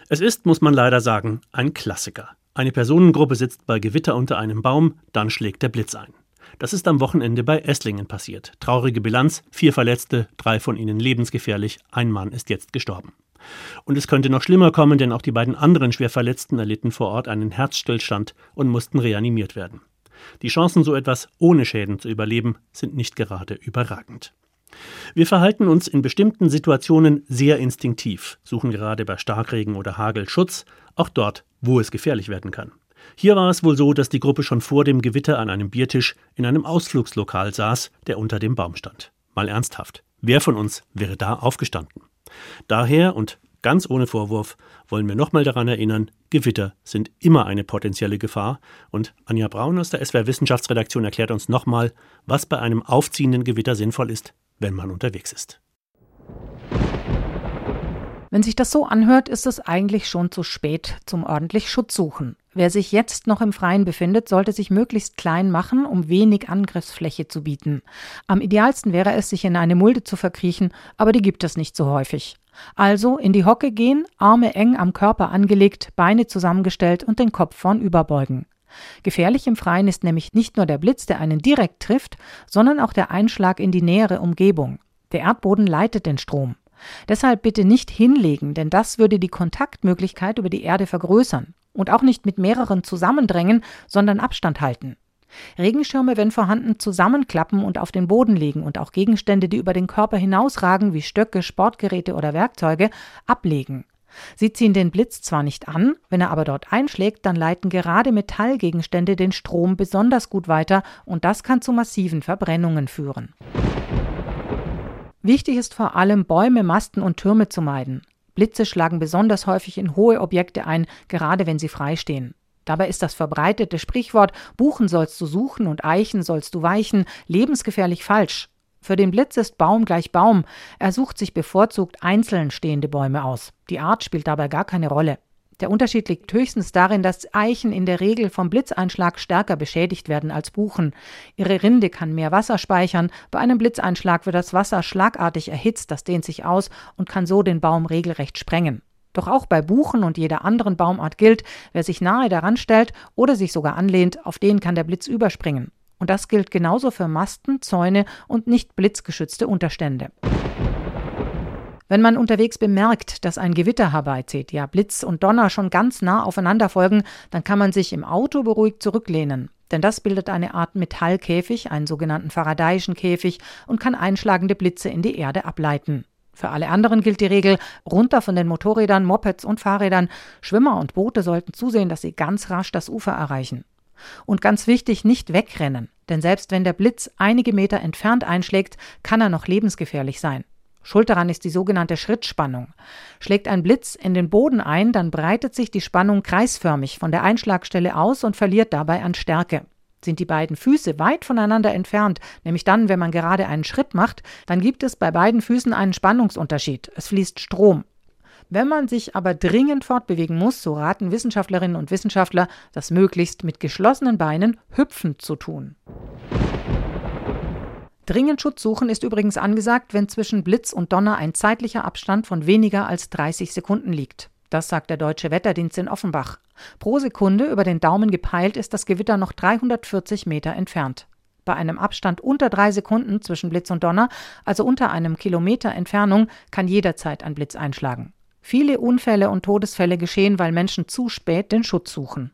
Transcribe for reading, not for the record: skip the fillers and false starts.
Es ist, muss man leider sagen, ein Klassiker. Eine Personengruppe sitzt bei Gewitter unter einem Baum, dann schlägt der Blitz ein. Das ist am Wochenende bei Esslingen passiert. Traurige Bilanz, 4 Verletzte, 3 von ihnen lebensgefährlich, ein Mann ist jetzt gestorben. Und es könnte noch schlimmer kommen, denn auch die beiden anderen Schwerverletzten erlitten vor Ort einen Herzstillstand und mussten reanimiert werden. Die Chancen, so etwas ohne Schäden zu überleben, sind nicht gerade überragend. Wir verhalten uns in bestimmten Situationen sehr instinktiv, suchen gerade bei Starkregen oder Hagel Schutz, auch dort, wo es gefährlich werden kann. Hier war es wohl so, dass die Gruppe schon vor dem Gewitter an einem Biertisch in einem Ausflugslokal saß, der unter dem Baum stand. Mal ernsthaft, wer von uns wäre da aufgestanden? Daher und ganz ohne Vorwurf wollen wir nochmal daran erinnern, Gewitter sind immer eine potenzielle Gefahr. Und Anja Braun aus der SWR Wissenschaftsredaktion erklärt uns nochmal, was bei einem aufziehenden Gewitter sinnvoll ist, wenn man unterwegs ist. Wenn sich das so anhört, ist es eigentlich schon zu spät zum ordentlich Schutz suchen. Wer sich jetzt noch im Freien befindet, sollte sich möglichst klein machen, um wenig Angriffsfläche zu bieten. Am idealsten wäre es, sich in eine Mulde zu verkriechen, aber die gibt es nicht so häufig. Also in die Hocke gehen, Arme eng am Körper angelegt, Beine zusammengestellt und den Kopf vornüber beugen. Gefährlich im Freien ist nämlich nicht nur der Blitz, der einen direkt trifft, sondern auch der Einschlag in die nähere Umgebung. Der Erdboden leitet den Strom. Deshalb bitte nicht hinlegen, denn das würde die Kontaktmöglichkeit über die Erde vergrößern. Und auch nicht mit mehreren zusammendrängen, sondern Abstand halten. Regenschirme, wenn vorhanden, zusammenklappen und auf den Boden legen und auch Gegenstände, die über den Körper hinausragen, wie Stöcke, Sportgeräte oder Werkzeuge, ablegen. Sie ziehen den Blitz zwar nicht an, wenn er aber dort einschlägt, dann leiten gerade Metallgegenstände den Strom besonders gut weiter und das kann zu massiven Verbrennungen führen. Wichtig ist vor allem, Bäume, Masten und Türme zu meiden. Blitze schlagen besonders häufig in hohe Objekte ein, gerade wenn sie frei stehen. Dabei ist das verbreitete Sprichwort „Buchen sollst du suchen und Eichen sollst du weichen" lebensgefährlich falsch. Für den Blitz ist Baum gleich Baum. Er sucht sich bevorzugt einzeln stehende Bäume aus. Die Art spielt dabei gar keine Rolle. Der Unterschied liegt höchstens darin, dass Eichen in der Regel vom Blitzeinschlag stärker beschädigt werden als Buchen. Ihre Rinde kann mehr Wasser speichern. Bei einem Blitzeinschlag wird das Wasser schlagartig erhitzt, das dehnt sich aus und kann so den Baum regelrecht sprengen. Doch auch bei Buchen und jeder anderen Baumart gilt, wer sich nahe daran stellt oder sich sogar anlehnt, auf den kann der Blitz überspringen. Und das gilt genauso für Masten, Zäune und nicht blitzgeschützte Unterstände. Wenn man unterwegs bemerkt, dass ein Gewitter herbeizieht, ja Blitz und Donner schon ganz nah aufeinander folgen, dann kann man sich im Auto beruhigt zurücklehnen. Denn das bildet eine Art Metallkäfig, einen sogenannten Faradayischen Käfig, und kann einschlagende Blitze in die Erde ableiten. Für alle anderen gilt die Regel, runter von den Motorrädern, Mopeds und Fahrrädern. Schwimmer und Boote sollten zusehen, dass sie ganz rasch das Ufer erreichen. Und ganz wichtig, nicht wegrennen, denn selbst wenn der Blitz einige Meter entfernt einschlägt, kann er noch lebensgefährlich sein. Schuld daran ist die sogenannte Schrittspannung. Schlägt ein Blitz in den Boden ein, dann breitet sich die Spannung kreisförmig von der Einschlagstelle aus und verliert dabei an Stärke. Sind die beiden Füße weit voneinander entfernt, nämlich dann, wenn man gerade einen Schritt macht, dann gibt es bei beiden Füßen einen Spannungsunterschied. Es fließt Strom. Wenn man sich aber dringend fortbewegen muss, so raten Wissenschaftlerinnen und Wissenschaftler, das möglichst mit geschlossenen Beinen hüpfend zu tun. Dringend Schutz suchen ist übrigens angesagt, wenn zwischen Blitz und Donner ein zeitlicher Abstand von weniger als 30 Sekunden liegt. Das sagt der Deutsche Wetterdienst in Offenbach. Pro Sekunde über den Daumen gepeilt ist das Gewitter noch 340 Meter entfernt. Bei einem Abstand unter 3 Sekunden zwischen Blitz und Donner, also unter einem Kilometer Entfernung, kann jederzeit ein Blitz einschlagen. Viele Unfälle und Todesfälle geschehen, weil Menschen zu spät den Schutz suchen.